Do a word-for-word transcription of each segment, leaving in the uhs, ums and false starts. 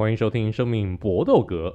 欢迎收听《生命搏斗格》。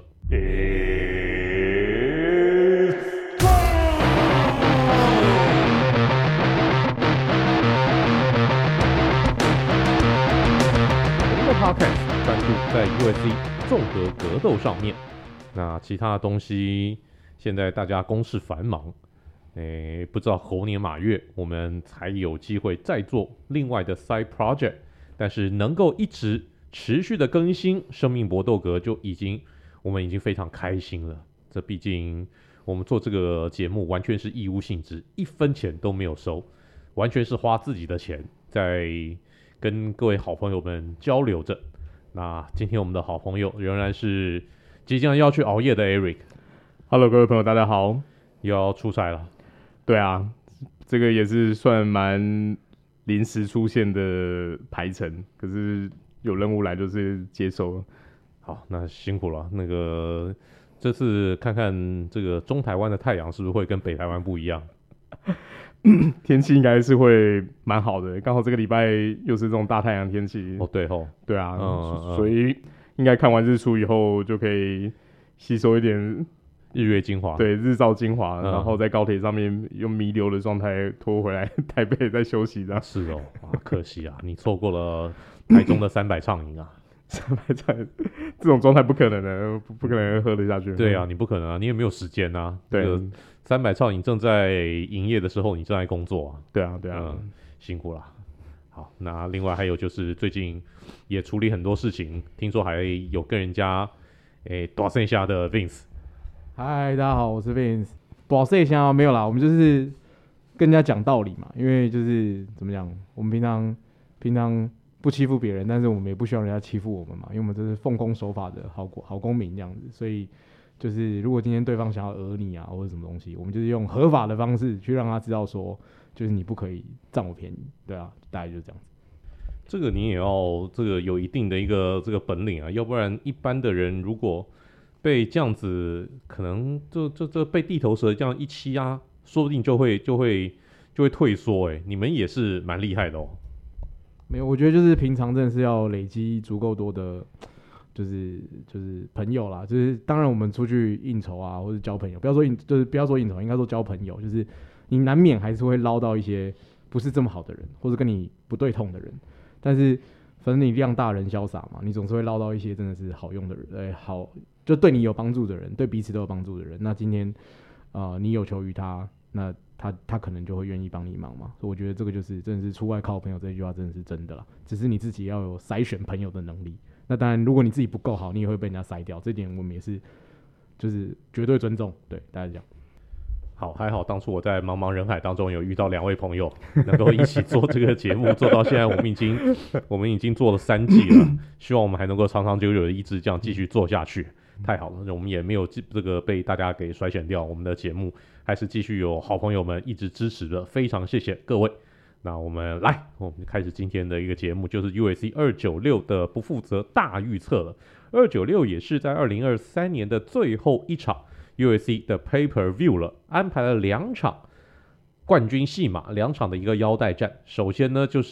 我们的 Podcast 专注在 U F C 综合格斗上面，那其他的东西现在大家公事繁忙，诶，不知道猴年马月我们才有机会再做另外的 side project， 但是能够一直持续的更新生命搏斗格就已经我们已经非常开心了。这毕竟我们做这个节目完全是义务性质，一分钱都没有收，完全是花自己的钱在跟各位好朋友们交流着。那今天我们的好朋友仍然是即将要去熬夜的 Eric。Hello， 各位朋友，大家好。 又要出差了。 对啊，这个也是算蛮临时出现的排程，可是有任务来就是接受了。 好，那辛苦了。那个这次看看这个中台湾的太阳是不是会跟北台湾不一样？ 天气应该是会蛮好的，刚好这个礼拜又是这种大太阳天气。 哦，对吼， 对啊， 嗯嗯、 所以应该看完日出以后就可以吸收一点日月精华， 对，日照精华， 嗯、 然后在高铁上面用弥留的状态拖回来台北再休息这样。 是哦，啊，可惜啊，你错过了台中的三百畅饮啊。 三百畅饮这种状态不可能的，不不可能喝得下去。 对啊，你不可能啊，你也没有时间啊。 对， 这个三百畅饮正在营业的时候，你正在工作啊。 对啊，对啊， 嗯、辛苦了。好，那另外还有就是最近也处理很多事情，听说还有跟人家诶大剩下的 Vince。 嗨，大家好，我是 Vince。大剩下没有啦，我们就是跟人家讲道理嘛，因为就是怎么讲，我们平常平常不欺负别人，但是我们也不希望人家欺负我们嘛，因为我们这是奉公守法的好好公民这样子，所以就是如果今天对方想要讹你啊或者什么东西，我们就是用合法的方式去让他知道说，就是你不可以占我便宜，对啊，大概就是这样子。 这个你也要这个有一定的一个这个本领啊，要不然一般的人如果被这样子，可能就就这被地头蛇这样一欺压，说不定就会就会就会退缩。哎，你们也是蛮厉害的哦。 没有，我觉得就是平常真的是要累积足够多的，就是就是朋友啦。就是当然我们出去应酬啊，或者交朋友，不要说应，就是不要说应酬，应该说交朋友，就是你难免还是会捞到一些不是这么好的人，或者跟你不对痛的人。但是反正你量大人潇洒嘛，你总是会捞到一些真的是好用的人，哎，好，就对你有帮助的人，对彼此都有帮助的人。那今天呃你有求于他，那他他可能就会愿意帮你忙嘛，所以我觉得这个就是真的是出外靠朋友这句话真的是真的啦，只是你自己要有筛选朋友的能力。那当然，如果你自己不够好，你也会被人家筛掉，这点我们也是就是绝对尊重。对，大家讲。 好，还好当初我在茫茫人海当中有遇到两位朋友，能够一起做这个节目，做到现在我们已经我们已经做了三季了，希望我们还能够长长久久的一直这样继续做下去。太好了，我们也没有这个被大家给甩选掉，我们的节目还是继续有好朋友们一直支持的，非常谢谢各位。那我们来，我们开始今天的一个节目，就是 U F C 二九六的不负责大预测了。二九六也是在二零二三年的最后一场 U F C 的 Pay Per View 了，安排了两场冠军戏码，两场的一个腰带战。首先呢，就是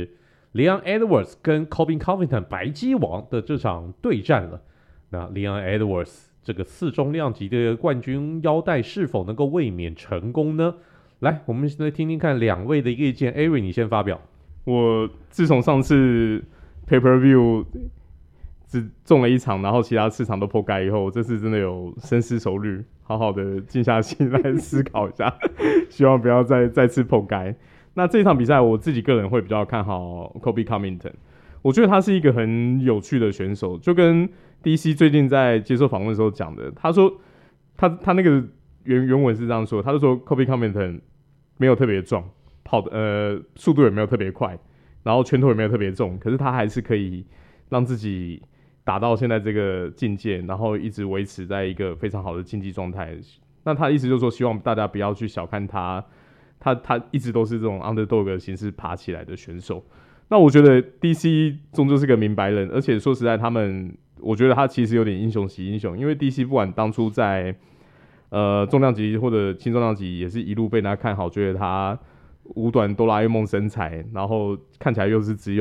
Leon Edwards 跟 Colby Covington 白鸡王的这场对战了。那 Leon Edwards 这个次重量级的冠军腰带是否能够卫冕成功呢？来，我们现在听听看两位的意见。Ari， 你先发表。 我自从上次 Pay Per View 只中了一场，然后其他四场都破盖以后，这次真的有深思熟虑，好好的静下心来思考一下，希望不要再再次破盖。那这一场比赛，我自己个人会比较看好 Colby Covington， 我觉得他是一个很有趣的选手，就跟D C 最近在接受访问的时候讲的，他说他他那个原原文是这样说，他就说 Colby Covington 没有特别壮，跑的呃速度也没有特别快，然后拳头也没有特别重，可是他还是可以让自己打到现在这个境界，然后一直维持在一个非常好的竞技状态。那他的意思就是说，希望大家不要去小看他，他他一直都是这种 underdog 的形式爬起来的选手。那我觉得 D C 终究是个明白人，而且说实在，他们我觉得他其实有点英雄惜英雄，因为 D C 不管当初在呃重量级或者轻重量级，也是一路被人家看好，觉得他五短哆啦 A 梦身材，然后看起来又是只有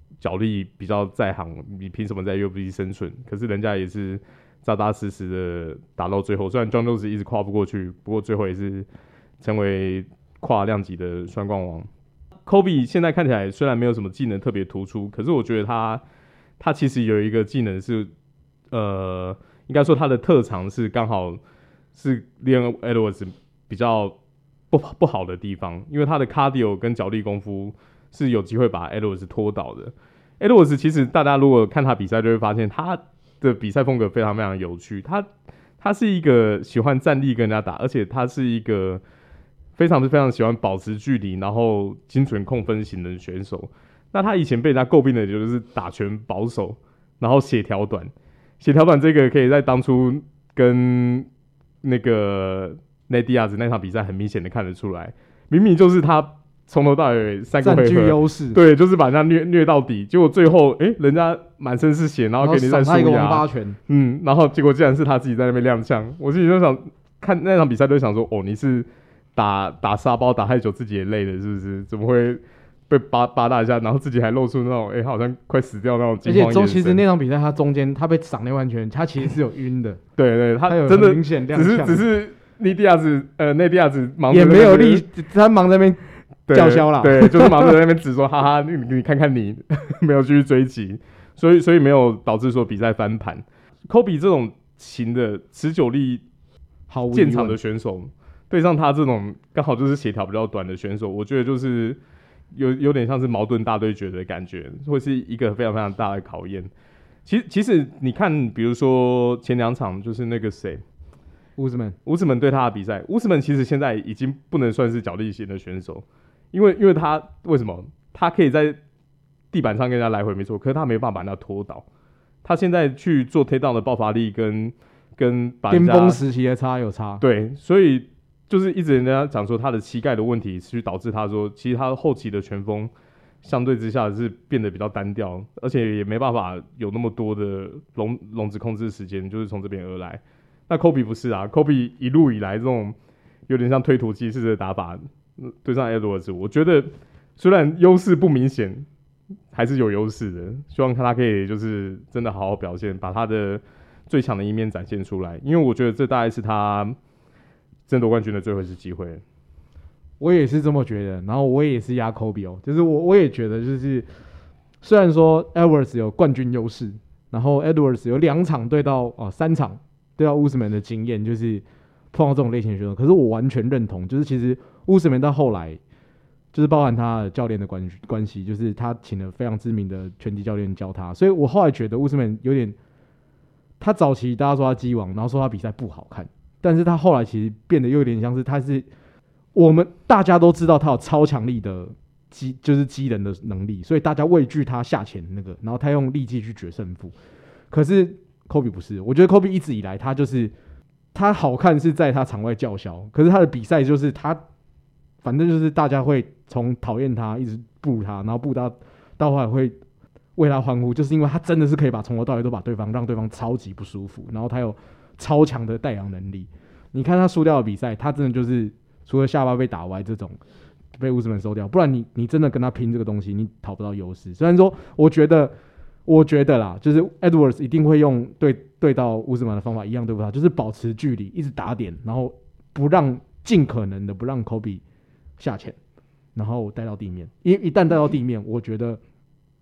角力比较在行，你凭什么在 U F C 生存？可是人家也是扎扎实实的打到最后，虽然 Jon Jones 一直跨不过去，不过最后也是成为跨量级的双冠王。Kobe 现在看起来虽然没有什么技能特别突出，可是我觉得他他其实有一个技能是，呃，应该说他的特长是刚好是 Leon Edwards 比较不不好的地方，因为他的 cardio 跟脚力功夫是有机会把 Edwards 拖倒的。Edwards 其实大家如果看他比赛就会发现他的比赛风格非常非常有趣，他他是一个喜欢站立跟人家打，而且他是一个非常非常喜欢保持距离，然后精准控分型的选手。那他以前被人家诟病的就是打拳保守，然后血条短。血条短这个可以在当初跟那个内迪亚兹那场比赛很明显的看得出来，明明就是他从头到尾三个回合占据优势， 对，就是把人家虐虐到底，结果最后哎、欸，人家满身是血，然后给你再输一个王八拳， 嗯，然后结果竟然是他自己在那边踉跄，我自己就想看那场比赛就想说，哦，你是打打沙包打太久自己也累了是不是？怎么会被扒扒大一下，然后自己还露出那种哎、欸，好像快死掉那种惊慌眼神。 而且中其实那场比赛他中间他被赏那万拳，他其实是有晕的， 对对，他有真的明显踉跄， 只是只是内迪亚兹呃内迪亚兹忙也没有力，他忙在那边叫嚣啦， 对，就是忙着在那边指说哈哈，你你看看你没有继续追击，所以所以没有导致说比赛翻盘。Kobe 这种型的持久力好见长的选手，对上他这种刚好就是协调比较短的选手，我觉得就是有有点像是矛盾大对决的感觉，会是一个非常非常大的考验。其实其实你看，比如说前两场就是那个谁。 乌斯曼， 乌斯曼对他的比赛，乌斯曼其实现在已经不能算是脚力型的选手，因为因为他为什么？他可以在地板上跟人家来回没错，可是他没办法把人家拖倒。他现在去做 takedown 的爆发力跟跟把人家巅峰时期的差有差， 对，所以就是一直人家讲说他的膝盖的问题，去导致他说其实他后期的拳风相对之下是变得比较单调，而且也没办法有那么多的笼笼子控制时间，就是从这边而来。那 Kobe 不是啊 ，Kobe 一路以来这种有点像推土机式的打法，对上 Edwards， 我觉得虽然优势不明显，还是有优势的。希望他可以就是真的好好表现，把他的最强的一面展现出来。因为我觉得这大概是他争夺冠军的最后一次机会。 我也是这么觉得，然后我也是压 Kobe 哦，就是我我也觉得就是虽然说 Edwards 有冠军优势，然后 Edwards 有两场对到哦三场。对到乌斯曼的经验，就是碰到这种类型的选手，可是我完全认同，就是其实乌斯曼到后来，就是包含他的教练的关关系，就是他请了非常知名的拳击教练教他，所以我后来觉得乌斯曼有点，他早期大家说他鸡王，然后说他比赛不好看，但是他后来其实变得有点像是他是我们大家都知道他有超强力的击，就是击人的能力，所以大家畏惧他下潜那个，然后他用力气去决胜负，可是。Kobe 不是，我觉得 Kobe 一直以来他就是他好看是在他场外叫嚣，可是他的比赛就是他反正就是大家会从讨厌他一直布他，然后布到到后来会为他欢呼，就是因为他真的是可以把从头到尾都把对方让对方超级不舒服，然后他有超强的带氧能力。你看他输掉的比赛，他真的就是除了下巴被打歪这种被乌斯曼收掉，不然你你真的跟他拼这个东西，你讨不到优势。虽然说我觉得。我觉得啦，就是 Edwards 一定会用对对到乌斯曼的方法一样对付他，就是保持距离，一直打点，然后不让尽可能的不让 Kobe 下潜，然后带到地面。因为一旦带到地面，我觉得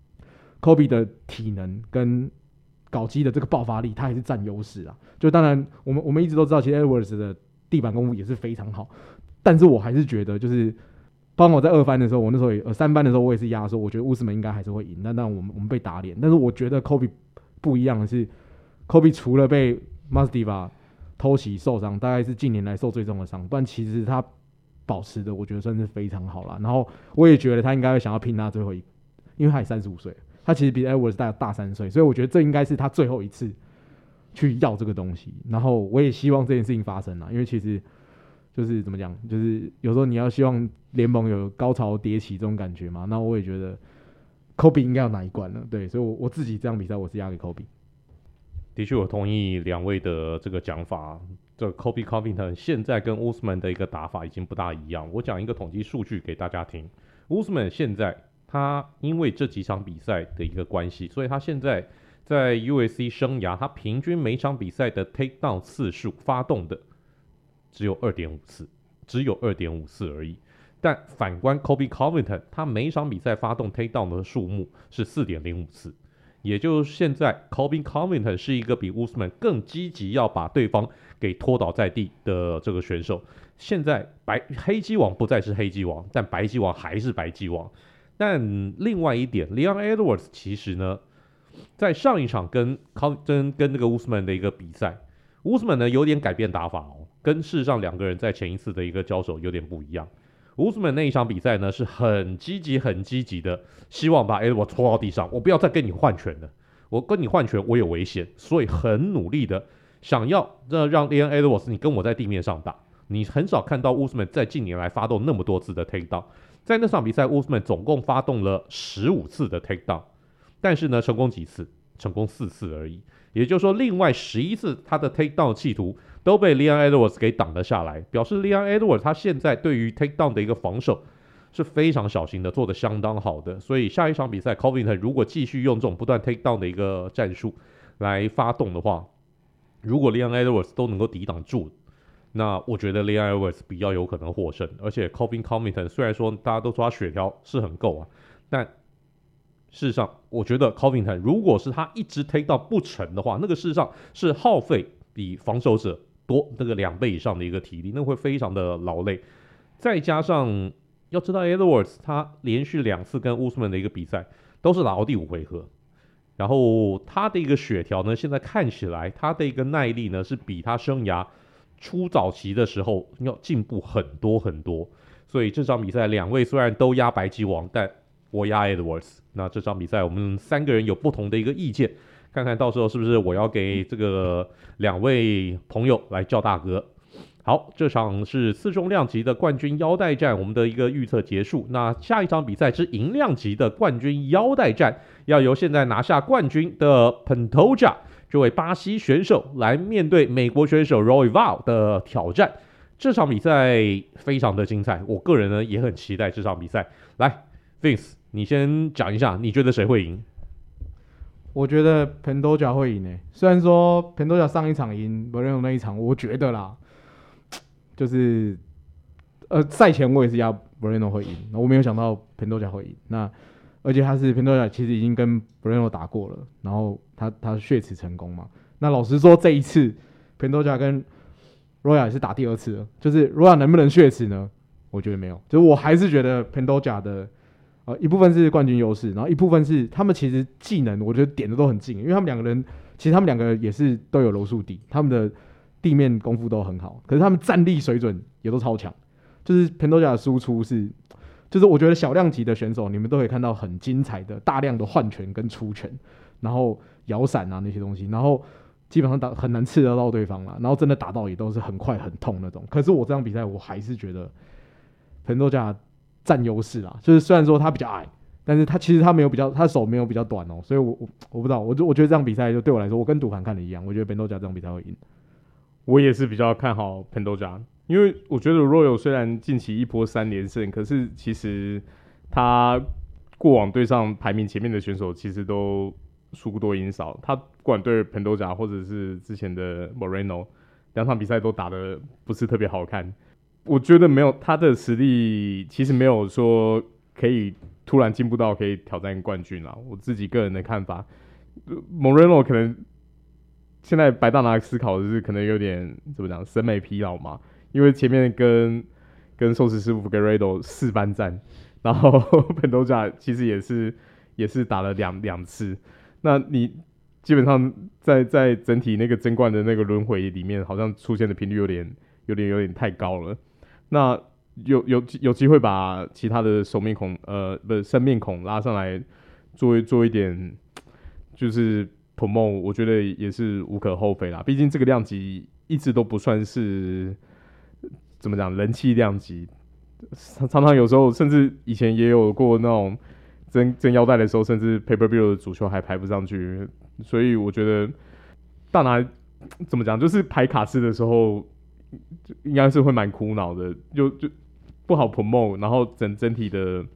Kobe 的体能跟搞基的这个爆发力，他还是占优势啊。就当然，我们我们一直都知道，其实 Edwards 的地板功夫也是非常好，但是我还是觉得就是。包括我在二番的时候，我那时候也呃三番的时候，我也是压说，我觉得乌斯曼应该还是会赢。但但我们我们被打脸，但是我觉得 Kobe 不一样的是 ，Kobe 除了被 Masvidal 偷袭受伤，大概是近年来受最重的伤，不然其实他保持的我觉得算是非常好了。然后我也觉得他应该会想要拼他最后一，因为他也三十五岁，他其实比 Edwards 大大三岁，所以我觉得这应该是他最后一次去要这个东西。然后我也希望这件事情发生了，因为其实。就是怎么讲，就是有时候你要希望联盟有高潮迭起这种感觉嘛。那我也觉得 Kobe 应该要拿一冠了，对，所以我我自己这场比赛我是压给 Kobe。 的确，我同意两位的这个讲法。这 Kobe Covington 现在跟 Usman 的一个打法已经不大一样。我讲一个统计数据给大家听 ，Usman 现在他因为这几场比赛的一个关系，所以他现在在 U F C 生涯，他平均每场比赛的 takedown 次数发动的只有 二点五 次，只有 二点五 次而已。但反观 Colby Covington， 他每一场比赛发动 takedown 的数目是 四点零五 次，也就是现在 Colby Covington 是一个比 Usman 更积极要把对方给拖倒在地的这个选手。现在白黑鸡王不再是黑鸡王，但白鸡王还是白鸡王。但另外一点 ，Leon Edwards 其实呢，在上一场跟跟跟那个 Usman 的一个比赛 ，Usman 呢有点改变打法哦，跟事实上两个人在前一次的一个交手有点不一样。Usman 那一场比赛呢是很积极、很积极的，希望把 Edwards 拖到地上，我不要再跟你换拳了，我跟你换拳我有危险，所以很努力的想要让 Leon Edwards 你跟我在地面上打。你很少看到 Usman 在近年来发动那么多次的 takedown， 在那场比赛 Usman 总共发动了十五次的 takedown， 但是呢成功几次？成功四次而已。也就是说，另外十一次他的 takedown 企图都被 Leon Edwards 给挡了下来，表示 Leon Edwards 他现在对于 takedown 的一个防守是非常小心的，做得相当好的。所以下一场比赛 Covington 如果继续用这种不断 takedown 的一个战术来发动的话，如果 Leon Edwards 都能够抵挡住，那我觉得 Leon Edwards 比较有可能获胜。而且 Colby Covington 虽然说大家都说他血条是很够啊，但事实上我觉得 Covington 如果是他一直 take 到不成的话，那个事实上是耗费比防守者多那个两倍以上的一个体力，那会非常的劳累。再加上要知道 Edwards 他连续两次跟 Usman 的一个比赛都是打到第五回合，然后他的一个血条呢，现在看起来他的一个耐力呢是比他生涯初早期的时候要进步很多很多。所以这场比赛两位虽然都压白鸡王，但我压 Edwards。那这场比赛我们三个人有不同的一个意见，看看到时候是不是我要给这个两位朋友来叫大哥。好，这场是次重量级的冠军腰带战，我们的一个预测结束。那下一场比赛是银量级的冠军腰带战，要由现在拿下冠军的 Pantoja 这位巴西选手来面对美国选手 Royval 的挑战。这场比赛非常的精彩，我个人呢也很期待这场比赛。来 Vince， 你先讲一下，你觉得谁会赢？ 我觉得 Pantoja 会赢诶，虽然说 Pantoja 上一场赢 Moreno 那一场，我觉得啦，就是呃赛前我也是压 Moreno 会赢，我没有想到 Pantoja 会赢。那而且他是 Pantoja 其实已经跟 Moreno 打过了，然后他他血池成功嘛。那老实说，这一次 Pantoja 跟 Roya 也是打第二次了，就是 Roya 能不能血池呢？我觉得没有，就是我还是觉得 Pantoja 的呃一部分是冠军优势，然后一部分是他们其实技能我觉得点的都很近，因为他们两个人其实他们两个也是都有柔术底，他们的地面功夫都很好，可是他们战力水准也都超强。就是 Pantoja 的输出是，就是我觉得小量级的选手你们都可以看到很精彩的大量的换拳跟出拳，然后摇闪啊那些东西，然后基本上打很难刺得到对方啦，然后真的打到也都是很快很痛那种。可是我这场比赛我还是觉得 Pantoja 占优势啦，就是虽然说他比较矮，但是他其实他没有比较，他手没有比较短哦，所以我我我不知道，我就我觉得这场比赛就对我来说，我跟赌盘看的一样，我觉得 Pantoja 这场比赛会赢。 我也是比较看好 Pantoja， 因为我觉得 Royal 虽然近期一波三连胜，可是其实他过往对上排名前面的选手其实都输多赢少，他不管对 Pantoja 或者是之前的 Moreno 两场比赛都打得不是特别好看。我觉得没有他的实力，其实没有说可以突然进步到可以挑战冠军啦。我自己个人的看法 ，Moreno 可能现在白大拿思考的是可能有点怎么讲审美疲劳嘛，因为前面跟跟寿司师傅 Guerrero 四番战，然后 Pantoja 其实也是也是打了两两次，那你基本上在在整体那个争冠的那个轮回里面，好像出现的频率有点有点有点太高了。那有有有机会把其他的熟面孔呃不是生面孔拉上来做做一点就是 promote， 我觉得也是无可厚非啦。毕竟这个量级一直都不算是怎么讲人气量级，常常有时候甚至以前也有过那种争争腰带的时候，甚至 pay per view 的主球还排不上去。所以我觉得大拿怎么讲，就是排卡司的时候应该是会蛮苦恼的，就就不好 promote， 然后整整体的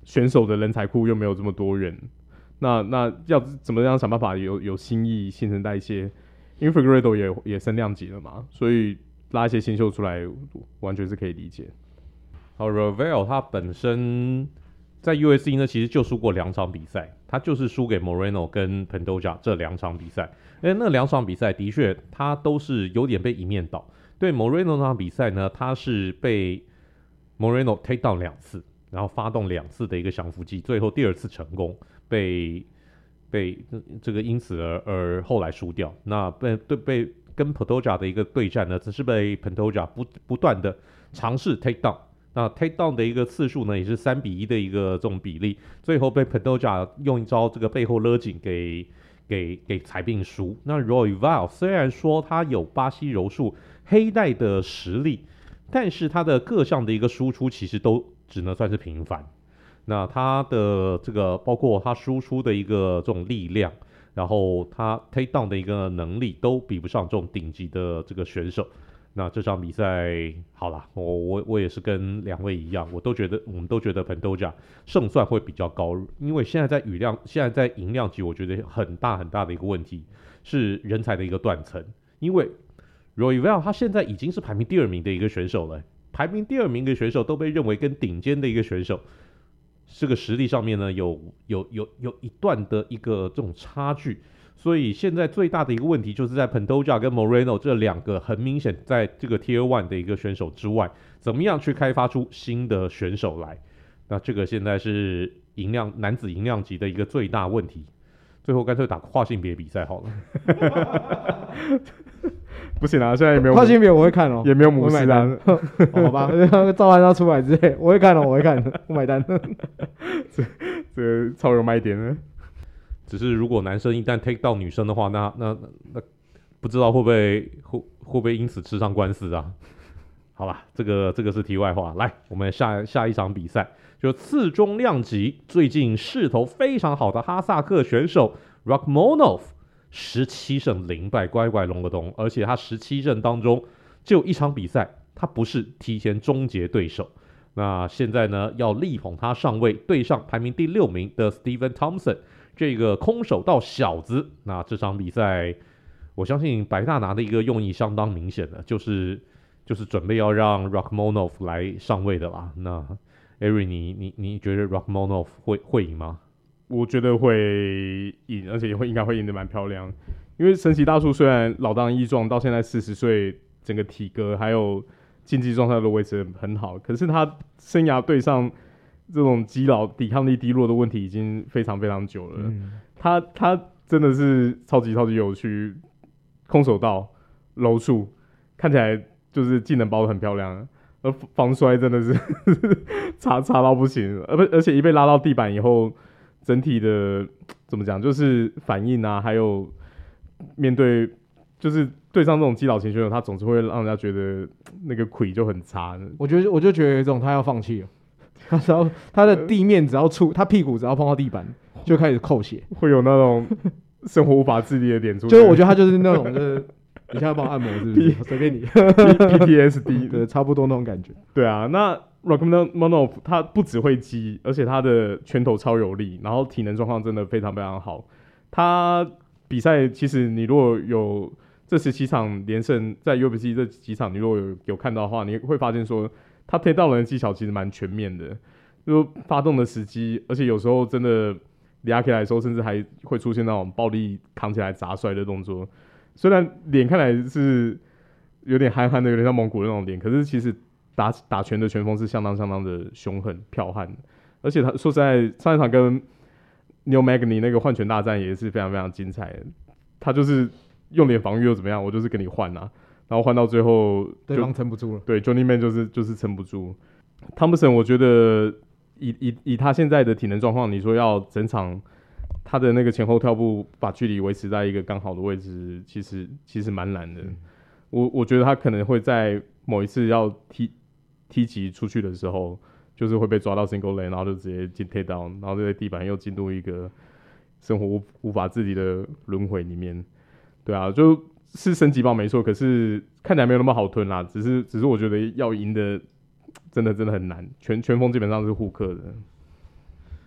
选手的人才库又没有这么多元，那那要怎么样想办法有有新意新陈代谢？因为 Figueiredo 也也升量级了嘛，所以拉一些新秀出来，完全是可以理解。 好 Ravel 他本身在 U S C 呢，其实就输过两场比赛，他就是输给 Moreno 跟 Pantoja 这两场比赛。哎，那两场比赛的确他都是有点被一面倒。对 Moreno 那场比赛呢，他是被 Moreno take down 两次，然后发动两次的一个降服技，最后第二次成功，被被这个因此而而后来输掉。那被对被跟 Pantoja 的一个对战呢，只是被 Pantoja 不不断的尝试 take down。那 take down 的一个次数呢，也是三比一的一个这种比例，最后被 Pantoja 用一招这个背后勒紧给给给裁并输。那 Royval 虽然说他有巴西柔术黑带的实力，但是他的各项的一个输出其实都只能算是平凡。那他的这个包括他输出的一个这种力量，然后他 take down 的一个能力都比不上这种顶级的这个选手。那这场比赛好了，我我我也是跟两位一样，我都觉得我们都觉得 Pantoja 胜算会比较高，因为现在在羽量，现在在银量级，我觉得很大很大的一个问题是人才的一个断层，因为 Royval 他现在已经是排名第二名的一个选手了，排名第二名的选手都被认为跟顶尖的一个选手这个实力上面呢有有有有一段的一个这种差距。所以现在最大的一个问题就是在 Pantoja 跟 Moreno 这两个很明显在这个 Tier One 的一个选手之外，怎么样去开发出新的选手来？那这个现在是银量男子银量级的一个最大问题。最后干脆打跨性别比赛好了。 不行啊，现在也没有跨性别我会看哦， 也没有姆斯啊， 好吧，赵安他出来之类，我会看哦，我会看，我买单。 这这超有卖点的。 只是如果男生一旦 take 到女生的话，那那那不知道会不会会会不会因此吃上官司啊？好吧，这个这个是题外话。来，我们下下一场比赛，就次中量级最近势头非常好的哈萨克选手 Rakhmonov， 十七胜零败，乖乖龙个东，而且他十七胜当中就有一场比赛，他不是提前终结对手。那现在呢，要力捧他上位，对上排名第六名的 Stephen Thompson。这个空手道小子，那这场比赛，我相信白大拿的一个用意相当明显的，就是就是准备要让 Rakhmonov 来上位的啦。那 Ari， 你你你觉得 Rakhmonov 会会赢吗？ 我觉得会赢，而且也会应该会赢得蛮漂亮。因为神奇大叔虽然老当益壮，到现在四十岁，整个体格还有竞技状态都维持得很好，可是他生涯对上这种肌劳、抵抗力低落的问题已经非常非常久了。嗯、他他真的是超级超级有趣，空手道、柔术，看起来就是技能包得很漂亮，而防摔真的是差差到不行。而而且一被拉到地板以后，整体的怎么讲，就是反应啊，还有面对就是对上这种击倒型选手，他总是会让人家觉得那个魁就很差。 我觉得我就觉得有一种他要放弃了。他只要他的地面只要触，他屁股只要碰到地板，就开始扣血， 会有那种生活无法自理的点出。 就是我觉得他就是那种，就是你现在帮我按摩是不是？随便你 ，P T S D， 对，差不多那种感觉。 对啊，那 Rakhmonov 他不只会击，而且他的拳头超有力，然后体能状况真的非常非常好。他比赛其实你如果有这十七场连胜，在 U F C 这几场你如果有有看到的话，你会发现说。他推到人的技巧其实蛮全面的，就发动的时机，而且有时候真的压起来的时候，甚至还会出现那种暴力扛起来砸摔的动作。虽然脸看来是有点憨憨的，有点像蒙古的那种脸，可是其实打打拳的拳风是相当相当的凶狠剽悍。而且他说实在，上一场跟 Neil Magny 那个换拳大战也是非常非常精彩的。他就是用脸防御又怎么样，我就是跟你换啊。然后换到最后， 对方撑不住了。 对 ，Johnny Man 就是就是撑不住。汤普森，我觉得以以以他现在的体能状况，你说要整场他的那个前后跳步把距离维持在一个刚好的位置，其实其实蛮难的。嗯、我我觉得他可能会在某一次要踢踢击出去的时候，就是会被抓到 single leg， 然后就直接进 take down， 然后就在地板又进入一个生活 无, 无法自理的轮回里面。对啊，就。是升级包没错，可是看起来没有那么好吞啦。只是，只是我觉得要赢的真的真的很难，拳拳风基本上是互克的。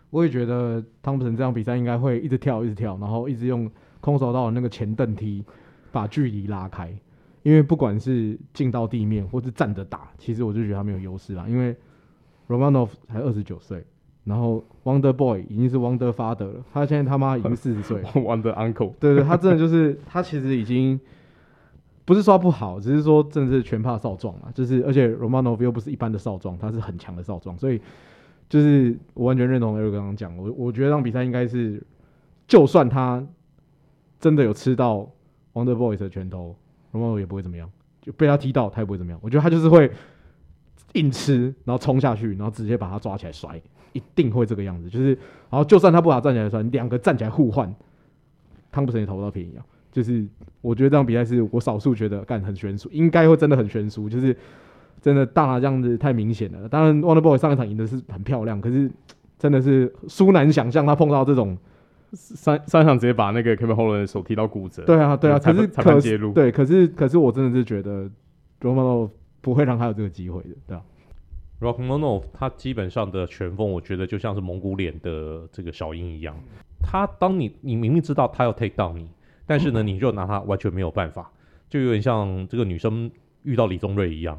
我也觉得汤普森这场比赛应该会一直跳一直跳，然后一直用空手道的那个前蹬踢把距离拉开，因为不管是进到地面或是站着打，其实我就觉得他没有优势啦，因为 Romanov 才二十九岁，然后 Wonder Boy 已经是 Wonder Father 了，他现在他妈已经四十岁了 ，Wonder Uncle， 对对，他真的就是他其实已经不是说不好，只是说真的是全怕少壮啊，就是而且 Romanov 又不是一般的少壮，他是很强的少壮，所以就是我完全认同 Eric 刚刚讲，我我觉得这场比赛应该是，就算他真的有吃到 Wonder Boy 的拳头 ，Romanov 也不会怎么样，就被他踢到他也不会怎么样，我觉得他就是会硬吃，然后冲下去，然后直接把他抓起来摔，一定会这个样子，就是然后就算他不把他站起来摔，两个站起来互换，汤普森也讨不到便宜啊。就是我觉得这场比赛是我少数觉得干很悬殊，应该会真的很悬殊，就是真的大拿这样子太明显了。当然 Wonder Boy 上一场赢的是很漂亮，可是真的是殊难想象他碰到这种上上一场直接把那个 Kevin Holland 的手踢到骨折。 对啊对啊，可是裁判介入， 对，可是可是我真的是觉得 Romanov 不会让他有这个机会的，对啊。 Romanov 他基本上的拳风，我觉得就像是蒙古脸的这个小鹰一样，他当你你明明知道他要 take down 你。但是呢，你就拿他完全没有办法，就有点像这个女生遇到李宗瑞一样。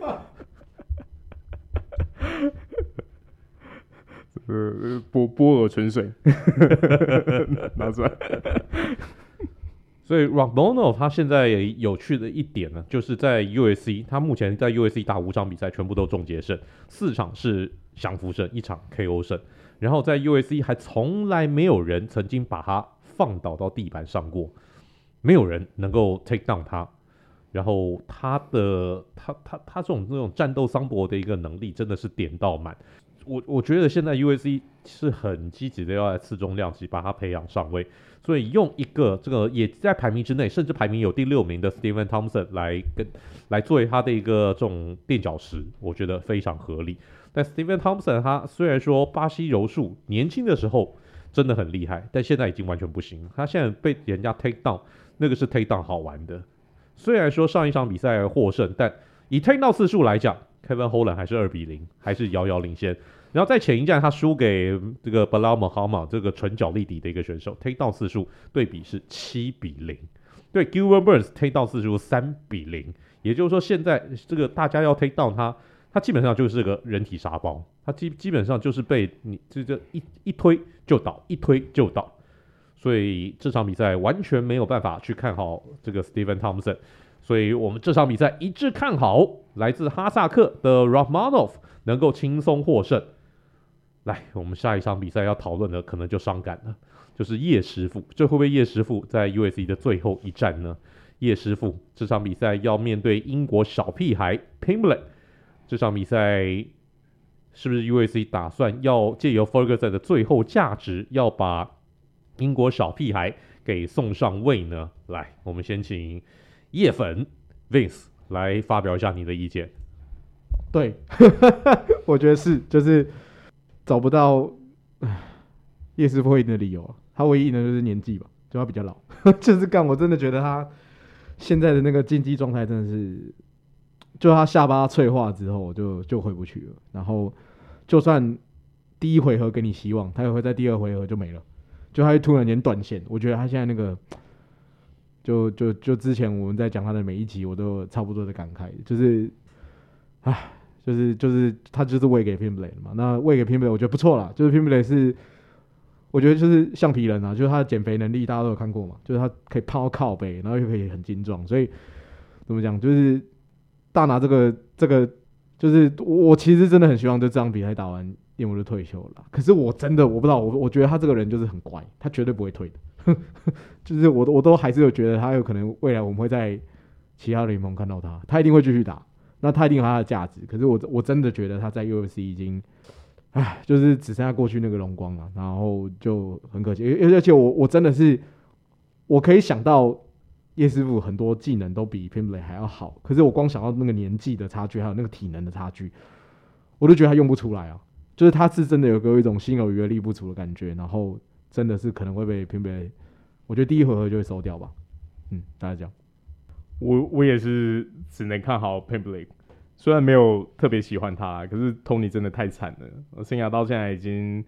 呃，波波尔泉水拿出来。 所以 Romanov 他现在有趣的一点呢，就是在 U F C， 他目前在 U F C 打五场比赛，全部都终结胜，四场是降服胜，一场 K O 胜。然后在 U F C 还从来没有人曾经把他放倒到地板上过，没有人能够 take down 他。然后他的他他他这种这种战斗桑博的一个能力真的是点到满。我我觉得现在 U F C 是很积极的要来刺中量级，把他培养上位。所以用一个这个也在排名之内，甚至排名有第六名的 Stephen Thompson 来跟来作为他的一个这种垫脚石，我觉得非常合理。但 Stephen Thompson 他虽然说巴西柔术年轻的时候真的很厉害，但现在已经完全不行。他现在被人家 take down， 那个是 take down 好玩的。虽然说上一场比赛获胜，但以 take down 次数来讲 ，Kevin Holland 还是二比零，还是遥遥领先。然后在前一站他输给这个 Belal Muhammad 这个纯脚力底的一个选手 ，take down 次数对比是七比零。对 Gilbert Burns take down 次数三比零，也就是说现在这个大家要 take down 他。他基本上就是个人体沙包，他基基本上就是被你这这一一推就倒，一推就倒，所以这场比赛完全没有办法去看好这个 Stephen Thompson， 所以我们这场比赛一致看好来自哈萨克的 Romanov 能够轻松获胜。来，我们下一场比赛要讨论的可能就伤感了，就是叶师傅，这会不会叶师傅在 U F C 的最后一战呢？叶师傅这场比赛要面对英国小屁孩 Pimblett。这场比赛是不是 U F C 打算要借由 Ferguson 的最后价值，要把英国小屁孩给送上位呢？来，我们先请叶粉 Vince 来发表一下你的意见。 对，我觉得是，就是找不到叶师傅会赢的理由，他唯一赢的就是年纪吧，就他比较老，就是干，我真的觉得他现在的那个竞技状态真的是。就他下巴脆化之后就就回不去了，然后就算第一回合给你希望，他也会在第二回合就没了，就他会突然间断线。我觉得他现在那个，就就就之前我们在讲他的每一集，我都有差不多的感慨，就是，唉，就是就是他就是喂给 Pimblett 嘛，那喂给 Pimblett 我觉得不错啦，就是 Pimblett 是，我觉得就是橡皮人啊，就是他的减肥能力大家都有看过嘛，就是他可以胖到靠背，然后又可以很精壮，所以怎么讲就是。大拿这个这个，就是我其实真的很希望就这场比赛打完，燕我就退休了。可是我真的我不知道，我我觉得他这个人就是很乖，他绝对不会退的。就是我我都还是有觉得他有可能未来我们会在其他联盟看到他，他一定会继续打，那他一定有他的价值。可是我我真的觉得他在 U F C 已经，唉，就是只剩下过去那个荣光了，然后就很可惜。而且我我真的是我可以想到。叶师傅很多技能都比 Pimblett 还要好，可是我光想到那个年纪的差距，还有那个体能的差距，我都觉得他用不出来啊。就是他是真的有给我一种心有余而力不足的感觉，然后真的是可能会被 Pimblett， 我觉得第一回合就会收掉吧。嗯，大家讲， 我我也是只能看好 Pimblett， 虽然没有特别喜欢他，可是 Tony 真的太惨了，我生涯到现在已经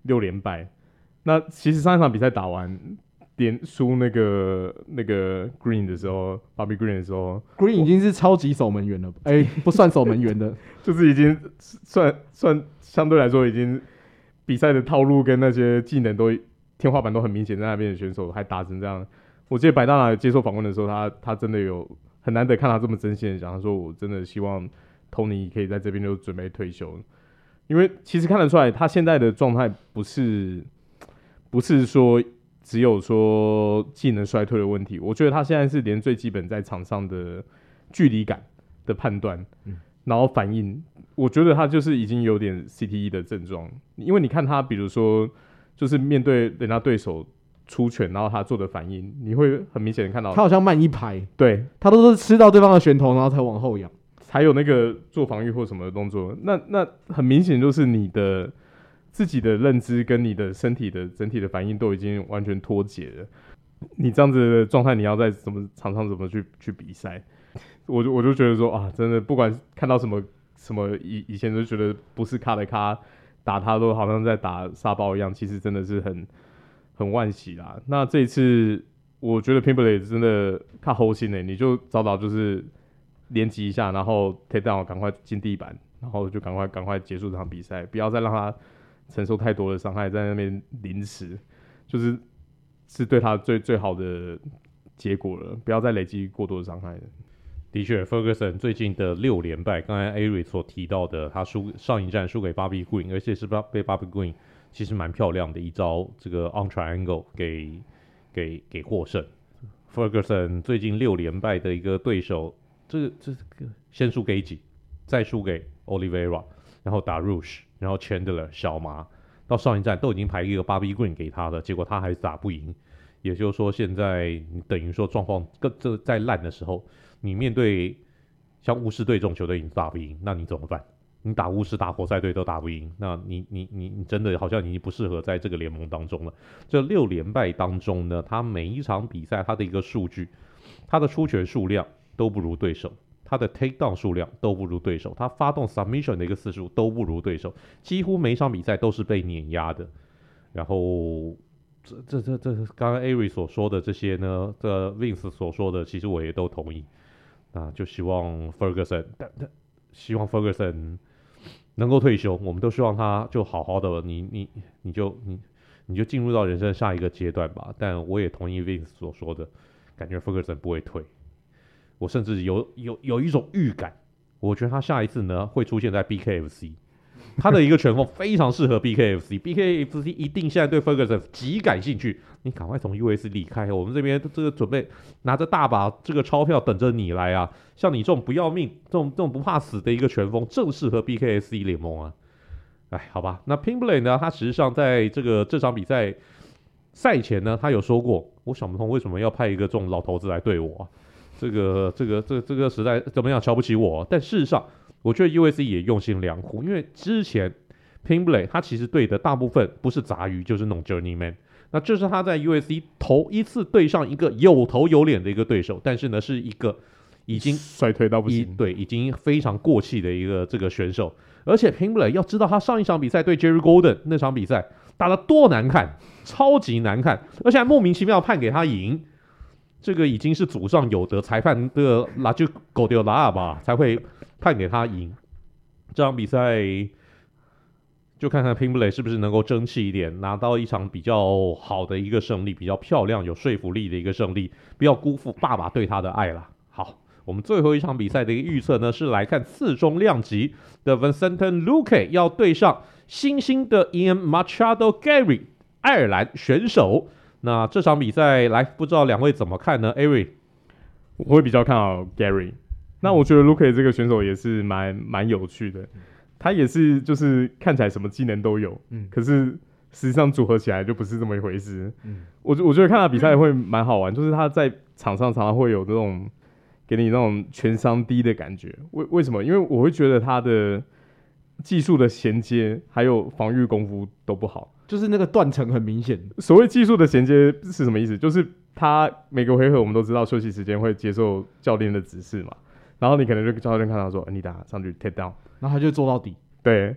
六连败。那其实上一场比赛打完，连输那个那个 Green 的时候 ，Bobby Green 的时候 ，Green 已经是超级守门员了，哎、欸，不算守门员的， 就是已经算算相对来说已经比赛的套路跟那些技能都天花板都很明显在那边的选手，还打成这样。我记得白大拿接受访问的时候，他他真的有很难得看他这么真心的讲，他说我真的希望 Tony 可以在这边就准备退休，因为其实看得出来他现在的状态不是不是说只有说技能衰退的问题，我觉得他现在是连最基本在场上的距离感的判断，嗯、然后反应，我觉得他就是已经有点 C T E 的症状，因为你看他比如说就是面对人家对手出拳，然后他做的反应，你会很明显的看到他好像慢一拍， 对他都是吃到对方的拳头，然后才往后仰， 才有那个做防御或什么的动作。那那很明显就是你的自己的认知跟你的身体的整体的反应都已经完全脱节了。你这样子的状态，你要在什么场上怎么去去比赛？我就我就觉得说啊，真的不管看到什么什么以以前就觉得不是卡的卡打他都好像在打沙包一样，其实真的是很。很惋惜啦。那这一次，我觉得 Pimblett 真的看后心诶，你就早早就是连击一下，然后 take down 赶快进地板，然后就赶快赶快结束这场比赛，不要再让他承受太多的伤害，在那边临时，就是是对他最最好的结果了，不要再累积过多的伤害了。 的确 ，Ferguson 最近的六连败，刚才 Ari 所提到的，他输上一战输给 Bobby Green， 而且是被 Bobby Green。其实蛮漂亮的一招，这个 on triangle 给给给获胜。Ferguson 最近六连败的一个对手，这个这个先输给几，再输给 Oliveira， 然后打 Rush， 然后 Chandler 小麻，到上一站都已经排一个 Bobby Green 给他的，结果他还是打不赢。也就是说，现在你等于说状况更这在烂的时候，你面对像巫师队这种球队，你打不赢，那你怎么办？你打巫师打活塞队都打不赢，那你你你你真的好像已经不适合在这个联盟当中了。这六连败当中呢，他每一场比赛他的一个数据，他的出拳数量都不如对手，他的 take down 数量都不如对手，他发动 submission 的一个次数都不如对手，几乎每一场比赛都是被碾压的。然后这这这这刚刚 Ari 所说的这些呢，这 Vince 所说的，其实我也都同意。那就希望 Ferguson， 但但希望 Ferguson。能够退休，我们都希望他就好好的，你你你就你你就进入到人生下一个阶段吧。但我也同意 Vince 所说的，感觉 Ferguson 不会退。我甚至有有有一种预感，我觉得他下一次呢会出现在 B K F C， 他的一个拳风非常适合 B K F C，B K F C 一定现在对 Ferguson 极感兴趣。你赶快从 U S 离开，我们这边这个准备拿着大把这个钞票等着你来啊！像你这种不要命、这种这种不怕死的一个拳风，正适合 B K F C 联盟啊！哎，好吧，那 Pimblett 呢？他实际上在这个这场比赛赛前呢，他有说过，我想不通为什么要派一个这种老头子来对我、啊，这个这个这个这个实在怎么样瞧不起我、啊？但事实上，我觉得 U S C 也用心良苦，因为之前 Pimblett 他其实对的大部分不是杂鱼，就是那种 journeyman。那这是他在 U S C 头一次对上一个有头有脸的一个对手，但是呢是一个已经衰退到不行， 对，已经非常过气的一个这个选手。而且 Pimblett 要知道他上一场比赛对 Jerry Golden 那场比赛打得多难看，超级难看，而且还莫名其妙判给他赢，这个已经是祖上有德，裁判的拉就狗丢拉吧才会判给他赢。这场比赛。就看看 Pimblett 是不是能够争气一点，拿到一场比较好的一个胜利，比较漂亮、有说服力的一个胜利，不要辜负爸爸对他的爱啦。好，我们最后一场比赛的一个预测呢，是来看次中量级的 Vicente Luque 要对上新兴的 Ian Machado Gary 爱尔兰选手。那这场比赛来，不知道两位怎么看呢 ？Ari， 我会比较看好 Gary。那我觉得 Luque 这个选手也是蛮蛮有趣的。他也是，就是看起来什么技能都有，嗯，可是实际上组合起来就不是这么一回事。嗯，我我觉得看他比赛会蛮好玩，就是他在场上常常会有那种给你那种全伤低的感觉。为为什么？因为我会觉得他的技术的衔接还有防御功夫都不好， 就是那个断层很明显。 所谓技术的衔接是什么意思？就是他每个回合我们都知道休息时间会接受教练的指示嘛。然后你可能就教练看到说，你打上去 take down， 然后他就做到底。 对，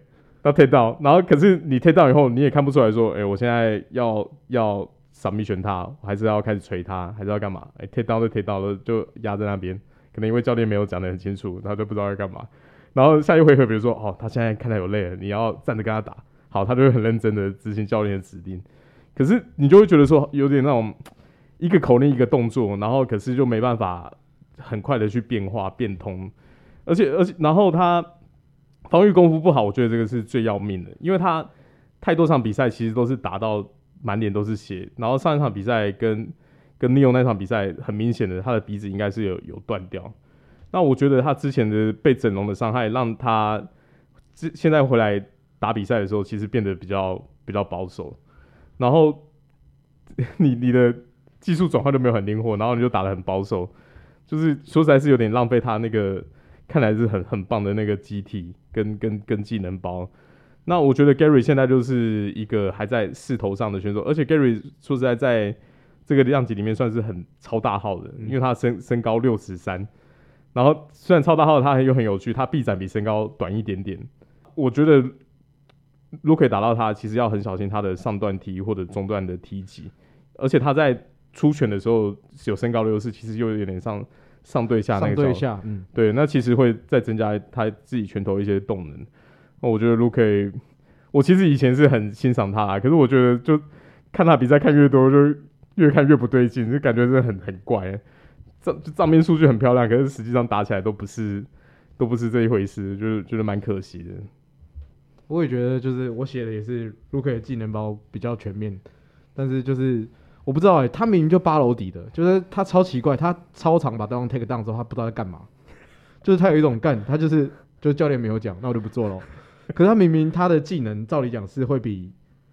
要 take down， 然后可是你 take down 以后，你也看不出来说，哎、欸，我现在要要 submission 他，还是要开始锤他，还是要干嘛？哎、欸、，take down 就 take down 了，就压在那边。可能因为教练没有讲得很清楚，他就不知道要干嘛。然后下一回合，比如说，哦，他现在看他有累了，你要站着跟他打，好，他就会很认真的执行教练的指令。可是你就会觉得说，有点那种一个口令一个动作，然后可是就没办法很快的去变化变通，而且而且然后他防御功夫不好，我觉得这个是最要命的，因为他太多场比赛其实都是打到满脸都是血，然后上一场比赛跟跟 Neo 那场比赛很明显的他的鼻子应该是有有断掉。那我觉得他之前的被整容的伤害，让他现在回来打比赛的时候，其实变得比较比较保守。然后你你的技术转换都没有很灵活，然后你就打得很保守，就是说实在是有点浪费他那个看来是很很棒的那个机体跟跟跟技能包。那我觉得 Gary 现在就是一个还在势头上的选手，而且 Gary 说实在在这个量级里面算是很超大号的，因为他身身高六十三。然后虽然超大号，他又很有趣，他臂展比身高短一点点。我觉得如果可以打到他，其实要很小心他的上段踢或者中段的踢击，而且他在出拳的时候有身高的优势，其实又有点上上对下那个上对下，嗯， 对，那其实会再增加他自己拳头一些动能。那我觉得 Luke， 我其实以前是很欣赏他，可是我觉得就看他比赛看越多，就越看越不对劲，就感觉是很很怪。账账面数据很漂亮，可是实际上打起来都不是都不是这一回事，就是觉得蛮可惜的。 我也觉得，就是我写的也是 Luke 的技能包比较全面，但是就是我不知道哎、欸，他明明就八楼底的，就是他超奇怪，他超常把对方 take down 之后，他不知道在干嘛，就是他有一种干，他就是就是教练没有讲，那我就不做咯。可是他明明他的技能照理讲是会比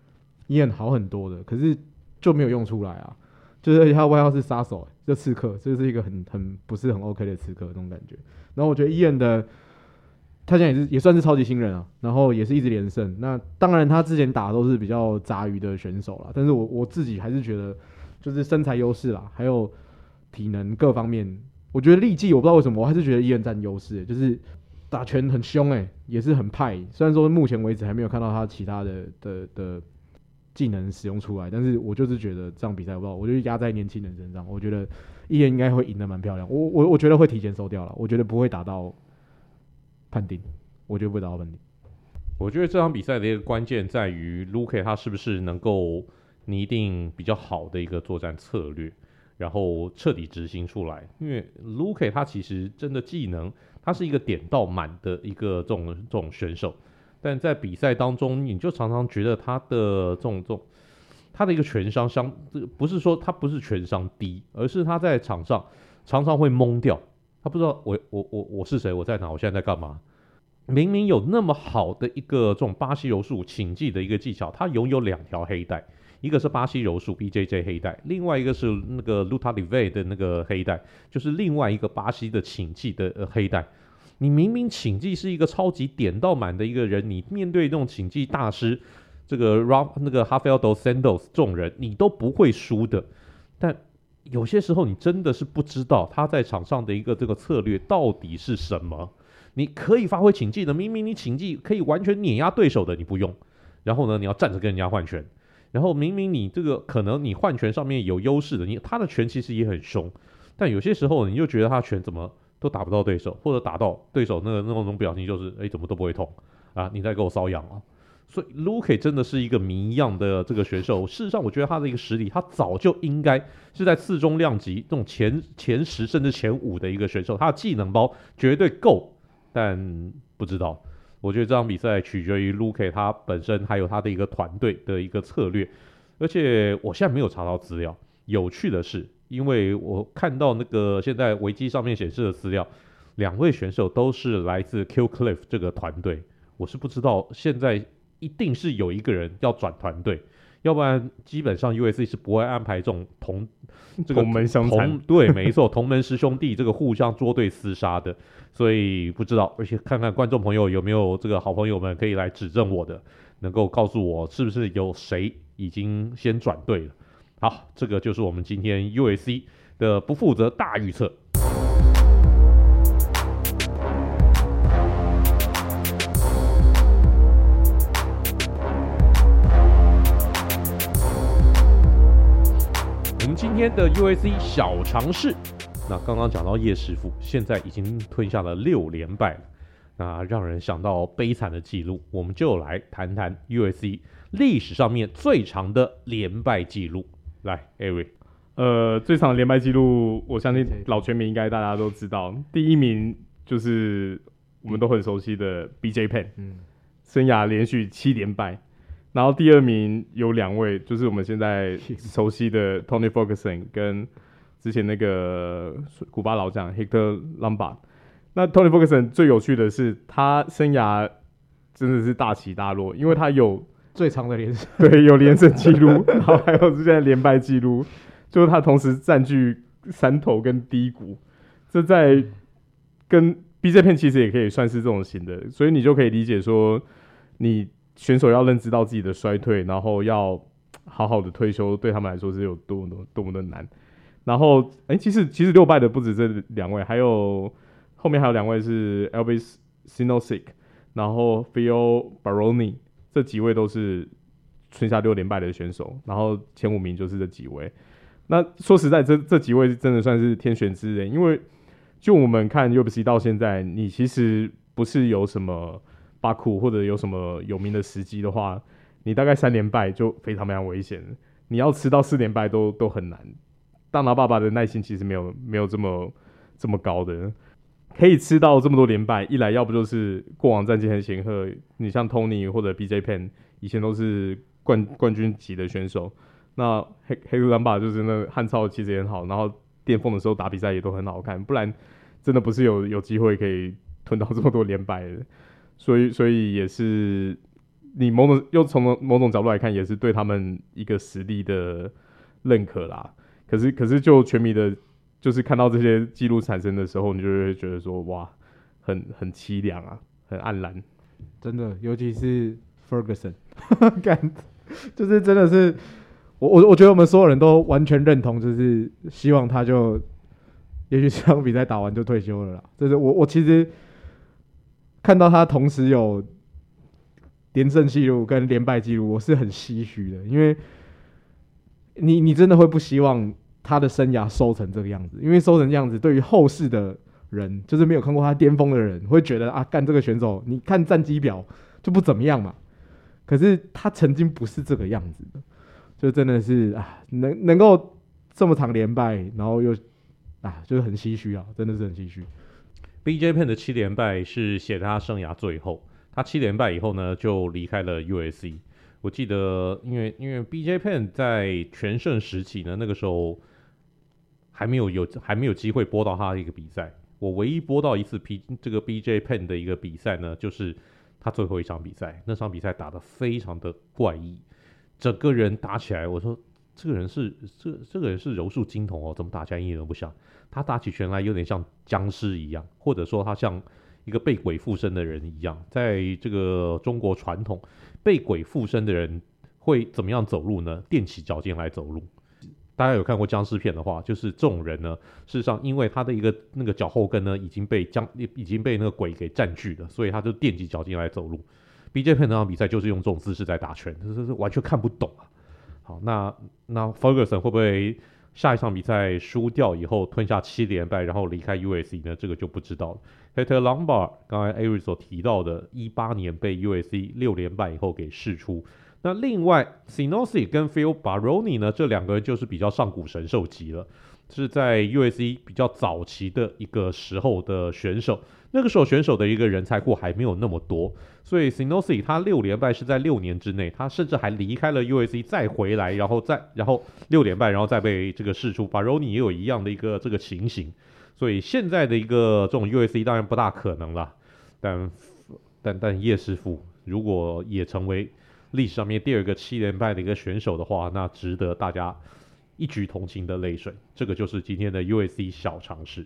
Ian好很多的，可是就没有用出来啊。就是而且他的外号是杀手、欸，就刺客，这是一个很很不是很 OK 的刺客那种感觉。然后我觉得 Ian 的他现在也是也算是超级新人啊，然后也是一直连胜。那当然他之前打的都是比较杂鱼的选手啦，但是我我自己还是觉得就是身材优势啦，还有体能各方面，我觉得力技我不知道为什么，我还是觉得 Ian 占优势、欸，就是打拳很凶哎、欸，也是很派。虽然说目前为止还没有看到他其他的的的。技能使用出来，但是我就是觉得这场比赛，我不知道，我就压在年轻人身上，我觉得伊人应该会赢得蛮漂亮。我我我觉得会提前收掉了，我觉得不会打到判定，我觉得不会打到判定。 我觉得这场比赛的一个关键在于 Luke 他是不是能够拟定比较好的一个作战策略，然后彻底执行出来。因为 Luke 他其实真的技能，他是一个点到满的一个这种这种选手。但在比赛当中，你就常常觉得他的这种这种他的一个拳伤相，不是说他不是拳伤低，而是他在场上常常会懵掉，他不知道我我我我是谁，我在哪，我现在在干嘛。明明有那么好的一个这种巴西柔术请技的一个技巧，他拥有两条黑带，一个是巴西柔术 B J J 黑带，另外一个是那个 Luta Livre 的那个黑带，就是另外一个巴西的请技的、呃、黑带。你明明请技是一个超级点到满的一个人，你面对这种请技大师，这个 Rob 那个 Rafael dos Santos 这种人，你都不会输的。但有些时候你真的是不知道他在场上的一个这个策略到底是什么。你可以发挥请技的，明明你请技可以完全碾压对手的，你不用。然后呢，你要站着跟人家换拳。然后明明你这个可能你换拳上面有优势的，你他的拳其实也很凶，但有些时候你就觉得他拳怎么都打不到对手，或者打到对手那个那种表情就是，哎，怎么都不会痛啊？你在给我瘙痒啊！所以 Luke 真的是一个谜一样的这个选手。事实上，我觉得他的一个实力，他早就应该是在次中量级这种前前十甚至前五的一个选手，他的技能包绝对够，但不知道。我觉得这场比赛取决于 Luke 他本身还有他的一个团队的一个策略，而且我现在没有查到资料。有趣的是，因为我看到那个现在维基上面显示的资料，两位选手都是来自 Kill Cliff 这个团队，我是不知道现在一定是有一个人要转团队，要不然基本上 U F C 是不会安排这种同这个同门相残， 对，没错，同门师兄弟这个互相捉对厮杀的，所以不知道，而且看看观众朋友有没有这个好朋友们可以来指正我的，能够告诉我是不是有谁已经先转队了。好，这个就是我们今天 U F C 的不负责大预测。 今天的 U A C 小常识。那刚刚讲到叶师傅，现在已经吞下了六连败了，那让人想到悲惨的记录，我们就来谈谈 U A C 历史上面最长的连败记录。来 ，Eric， 呃，最长的连败记录，我相信老拳迷应该大家都知道，第一名就是我们都很熟悉的 B J Penn， 嗯，生涯连续七连败。然后第二名有两位，就是我们现在熟悉的 Tony Ferguson 跟之前那个古巴老将 Hector Lombard。那 Tony Ferguson 最有趣的是，他生涯真的是大起大落，因为他有最长的连胜， 对，有连胜记录，然后还有现在连败记录，就是他同时占据山头跟低谷，这在跟 B J Penn 其实也可以算是这种型的，所以你就可以理解说，你选手要认知到自己的衰退，然后要好好的退休，对他们来说是有多么多多么的难。然后，哎，其实其实六败的不止这两位，还有后面还有两位是 Elvis Sinosic， 然后 Phil Baroni， 这几位都是吞下六连败的选手，然后前五名就是这几位。那说实在，这这几位真的算是天选之人，因为就我们看 U F C 到现在，你其实不是有什么巴库或者有什么有名的时机的话，你大概三连败就非常非常危险，你要吃到四连败都都很难。大拿爸爸的耐心其实没有没有这么这么高的，可以吃到这么多连败，一来要不就是过往战绩很显赫，你像 Tony 或者 B J Penn 以前都是冠冠军级的选手，那黑黑鲁兰巴就是那汉超其实也很好，然后巅峰的时候打比赛也都很好看，不然真的不是有有机会可以吞到这么多连败的。所以，所以也是你某种又从某种角度来看，也是对他们一个实力的认可啦。可是，可是就全迷的，就是看到这些记录产生的时候，你就会觉得说，哇，很很凄凉啊，很黯然。 真的，尤其是 Ferguson， 干，就是真的是我我我觉得我们所有人都完全认同，就是希望他就，也许这场比赛打完就退休了啦。就是我我其实。看到他同时有连胜记录跟连败记录，我是很唏嘘的，因为你你真的会不希望他的生涯收成这个样子，因为收成这样子，对于后世的人，就是没有看过他巅峰的人，会觉得啊，干这个选手，你看战绩表就不怎么样嘛。可是他曾经不是这个样子的，就真的是啊，能能够这么长连败，然后又啊，就是很唏嘘啊，真的是很唏嘘。 B J Penn 的七连败是写在他生涯最后，他七连败以后呢，就离开了 U F C。我记得，因为因为 B J Penn 在全盛时期呢，那个时候还没有有还没有机会播到他的一个比赛。我唯一播到一次 P 这个 B J Penn 的一个比赛呢，就是他最后一场比赛，那场比赛打得非常的怪异，整个人打起来，我说这个人是这这个人是柔术金童哦，怎么打起来一点都不像。他打起拳来有点像僵尸一样，或者说他像一个被鬼附身的人一样。在这个中国传统，被鬼附身的人会怎么样走路呢？踮起脚尖来走路。大家有看过僵尸片的话，就是这种人呢，事实上因为他的一个那个脚后跟呢已经被僵已经被那个鬼给占据了，所以他就踮起脚尖来走路。B J Penn 那场比赛就是用这种姿势在打拳，这是完全看不懂啊。好，那那 Ferguson 会不会下一场比赛输掉以后吞下七连败，然后离开 U F C 呢？这个就不知道了。Hector Lombard 刚才 Eric 所提到的，一八年被 U F C 六连败以后给释出。那另外 Sinosic 跟 Phil Baroni 呢，这两个人就是比较上古神兽级了，是在 U F C 比较早期的一个时候的选手。那个时候选手的一个人才库还没有那么多，所以 Sinosic 他六连败是在六年之内，他甚至还离开了 U F C 再回来，然后再然后六连败，然后再被这个释出。Baroni 也有一样的一个这个情形，所以现在的一个这种 U F C 当然不大可能了，但但但叶师傅如果也成为历史上面第二个七连败的一个选手的话，那值得大家一举同情的泪水。这个就是今天的 U F C 小常识。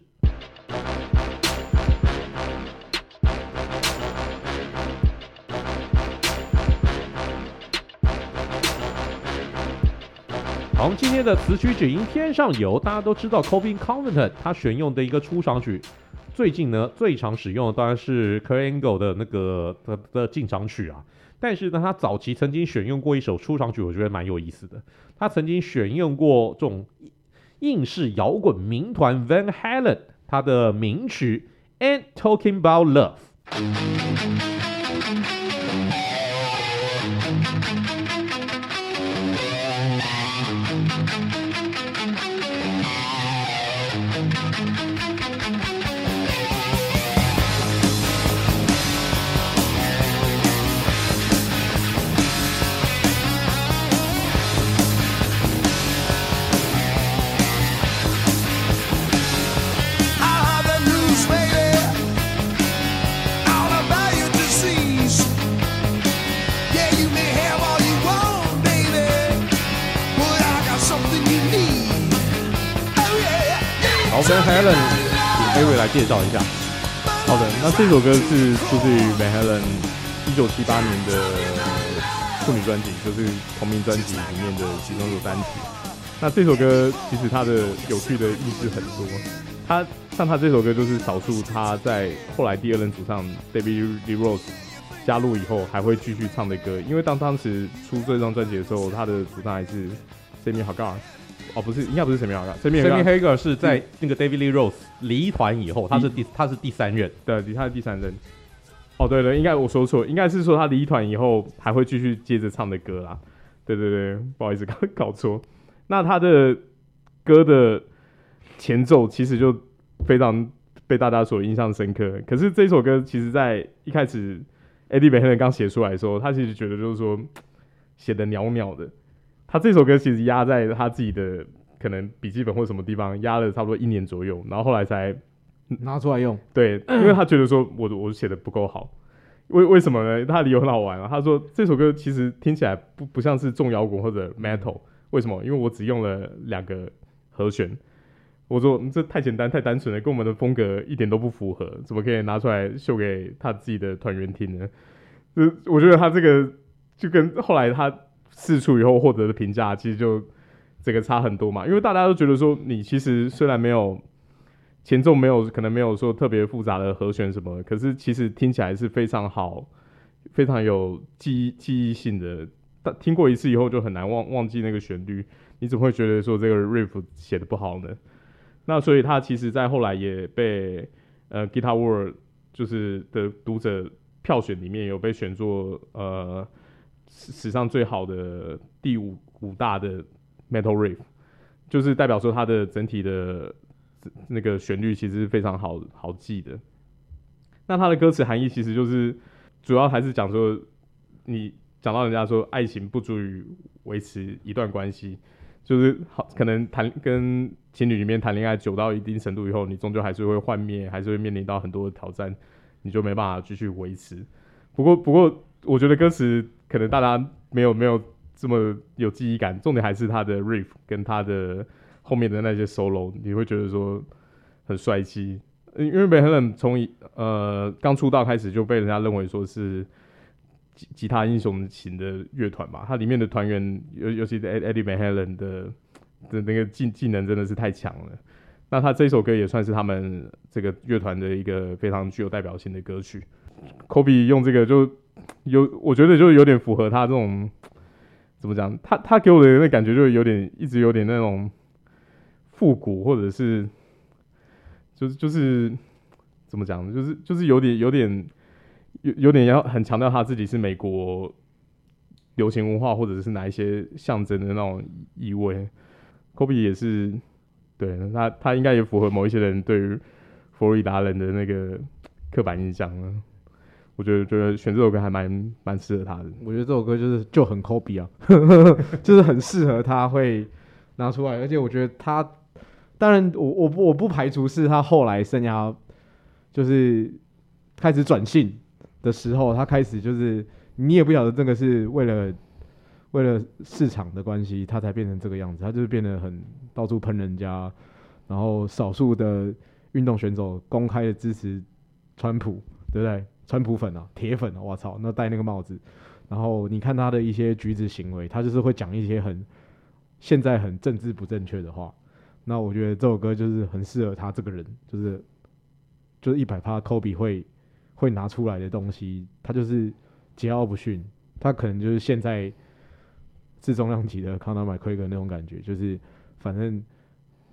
好，今天的词曲只应天上有，大家都知道 Colby Covington 他选用的一个出场曲，最近呢最常使用的当然是 Kurt Angle 的那个 的, 的进场曲啊，但是呢他早期曾经选用过一首出场曲，我觉得蛮有意思的。他曾经选用过这种英式摇滚民团 Van Halen 他的名曲 Ain't Talking About Love。好 ，Van Halen， 请 Avery 来介绍一下。 好的，那这首歌是出自于 Van Halen 一九七八年的处女专辑，就是同名专辑里面的其中一首单曲。那这首歌其实它的有趣的意思很多，它像他这首歌就是少数他在后来第二任主唱 David Lee Roth 加入以后还会继续唱的歌，因为当当时出这张专辑的时候，他的主唱还是 Sammy Hagar。哦，不是，应该不是 Sammy Hagar。Sammy Hagar 是在那个 David Lee Roth 离团以后，他是第他是第三任， 对，他是第三任。哦，对了，应该我说错，应该是说他离团以后还会继续接着唱的歌啦。对对对，不好意思，搞搞错。那他的歌的前奏其实就非常被大家所印象深刻。可是这首歌其实在一开始 Eddie Van Halen 刚写出来的时候，他其实觉得就是说写的袅袅的。他这首歌其实压在他自己的可能笔记本或什么地方压了差不多一年左右，然后后来才拿出来用。 对，因为他觉得说我我写的不够好。为为什么呢？他理由很好玩啊。他说这首歌其实听起来不不像是重摇滚或者 metal， 为什么？因为我只用了两个和弦。我说这太简单太单纯了，跟我们的风格一点都不符合，怎么可以拿出来秀给他自己的团员听呢？就我觉得他这个就跟后来他释出以后获得的评价，其实就这个差很多嘛。因为大家都觉得说，你其实虽然没有前奏没有可能没有说特别复杂的和弦什么，可是其实听起来是非常好，非常有记忆记忆性的。但听过一次以后就很难忘忘记那个旋律，你怎么会觉得说这个 riff 写的不好呢？那所以他其实在后来也被呃 Guitar World 就是的读者票选里面有被选作呃史上最好的第五五大的 metal riff， 就是代表说它的整体的那个旋律其实是非常好好记的。那它的歌词含义其实就是主要还是讲说，你讲到人家说爱情不足以维持一段关系，就是好可能谈跟情侣里面谈恋爱久到一定程度以后，你终究还是会幻灭，还是会面临到很多的挑战，你就没办法继续维持。不过不过我觉得歌词可能大家没有没有这么有记忆感，重点还是他的 riff 跟他的后面的那些 solo， 你会觉得说很帅气。因为 Van Halen 从呃刚出道开始就被人家认为说是吉吉他英雄型的乐团嘛，它里面的团员尤尤其是 Eddie Van Halen 的的那个技技能真的是太强了。那他这首歌也算是他们这个乐团的一个非常具有代表性的歌曲。Kobe 用这个就有，我觉得就有点符合他这种怎么讲，他他给我的那感觉就有点一直有点那种复古，或者是就是就是怎么讲，就是就是有点有点有有点要很强调他自己是美国流行文化或者是哪一些象征的那种意味。Kobe 也是，对他他应该也符合某一些人对于佛罗里达人的那个刻板印象了。我觉得觉得选这首歌还蛮蛮适合他的。 我觉得这首歌就是就很 Kobe 啊，就是很适合他会拿出来，而且我觉得他，当然我我不我不排除是他后来生涯就是开始转性的时候，他开始就是你也不晓得这个是为了为了市场的关系，他才变成这个样子，他就是变得很到处喷人家，然后少数的运动选手公开的支持川普，对不对？川普粉啊，铁粉啊，我操，那戴那个帽子，然后你看他的一些举止行为，他就是会讲一些很现在很政治不正确的话。那我觉得这首歌就是很适合他这个人，就是就是一百趴 Kobe 会会拿出来的东西，他就是桀骜不驯，他可能就是现在自重量级的 Conor McGregor 那种感觉，就是反正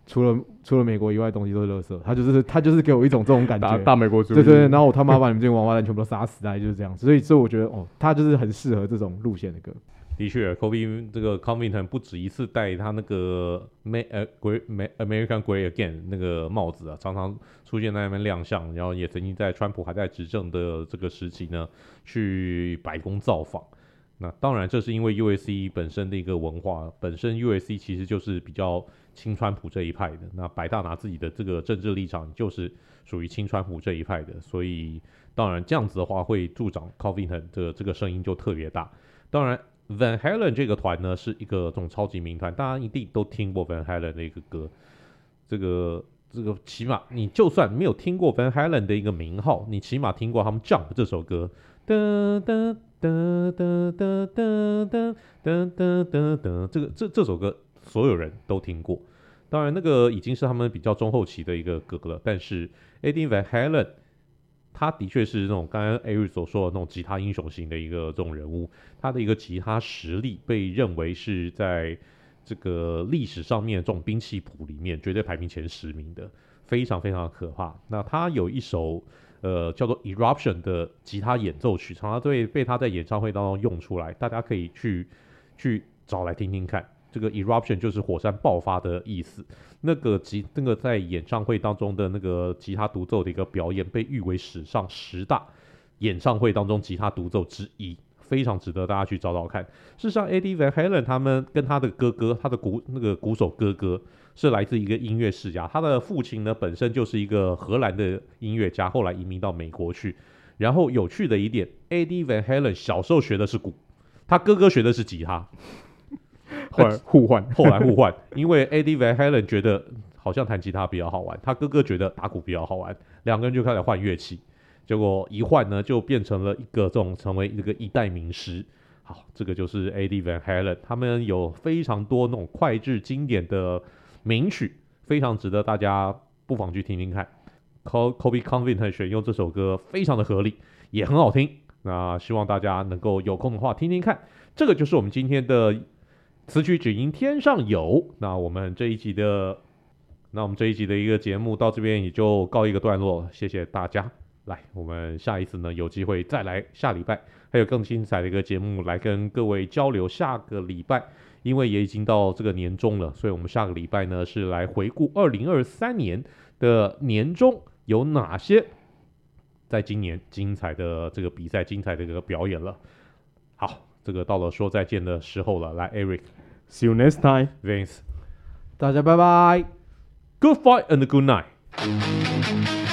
除了除了美国以外的东西都是垃圾，他就是他就是给我一种这种感觉， 大大美国主义， 对对对，然后我他妈把你们这些王八蛋全部都杀死，大概就是这样，所以所以我觉得哦，他就是很适合这种路线的歌。 的确 ，Kobe 这个 Covington 不止一次戴他那个 May 呃 Great American Great Again 那个帽子啊，常常出现在那边亮相，然后也曾经在川普还在执政的这个时期呢，去白宫造访。那当然，这是因为 U S C 本身的一个文化，本身 U S C 其实就是比较亲川普这一派的。那百大拿自己的这个政治立场，就是属于亲川普这一派的，所以当然这样子的话，会助长 Covington 的这个声音就特别大。当然。Van Halen 这个团呢是一个这种超级名团，大家一定都听过 Van Halen 的一个歌。这个这个起码你就算没有听过 Van Halen 的一个名号，你起码听过他们 Jump 这首歌。哒哒哒哒哒哒哒哒哒哒哒，这个这这首歌所有人都听过。当然那个已经是他们比较中后期的一个歌了，但是 Eddie Van Halen。他的确是那种刚刚 Eric 所说的那种吉他英雄型的一个这种人物，他的一个吉他实力被认为是在这个历史上面这种兵器谱里面绝对排名前十名的，非常非常可怕。那他有一首呃叫做 Eruption 的吉他演奏曲，常常被被他在演唱会当中用出来，大家可以去去找来听听看。这个 eruption 就是火山爆发的意思。那个吉那个在演唱会当中的那个吉他独奏的一个表演，被誉为史上十大演唱会当中吉他独奏之一，非常值得大家去找找看。事实上 ，Eddie Van Halen 他们跟他的哥哥，他的鼓那个鼓手哥哥是来自一个音乐世家，他的父亲呢本身就是一个荷兰的音乐家，后来移民到美国去。然后有趣的一点 ，Eddie Van Halen 小时候学的是鼓，他哥哥学的是吉他。 后来互换， 后来互换，因为 Eddie Van Halen 觉得好像弹吉他比较好玩，他哥哥觉得打鼓比较好玩，两个人就开始换乐器，结果一换呢，就变成了一个这种成为一个一代名师。好，这个就是 Eddie Van Halen， 他们有非常多那种脍炙经典的名曲，非常值得大家不妨去听听看。Kobe Covington 选用这首歌非常的合理，也很好听。那希望大家能够有空的话听听看。这个就是我们今天的词曲只因天上有。那我们这一集的，那我们这一集的一个节目到这边也就告一个段落，谢谢大家。来，我们下一次呢有机会再来，下礼拜还有更精彩的一个节目来跟各位交流。下个礼拜，因为也已经到这个年终了，所以我们下个礼拜呢是来回顾二零二三年的年终有哪些在今年精彩的这个比赛、精彩的这个表演了。好。这个到了说再见的时候了，来 Eric，See you next time， Vince， 大家拜拜 ，Good fight and good night。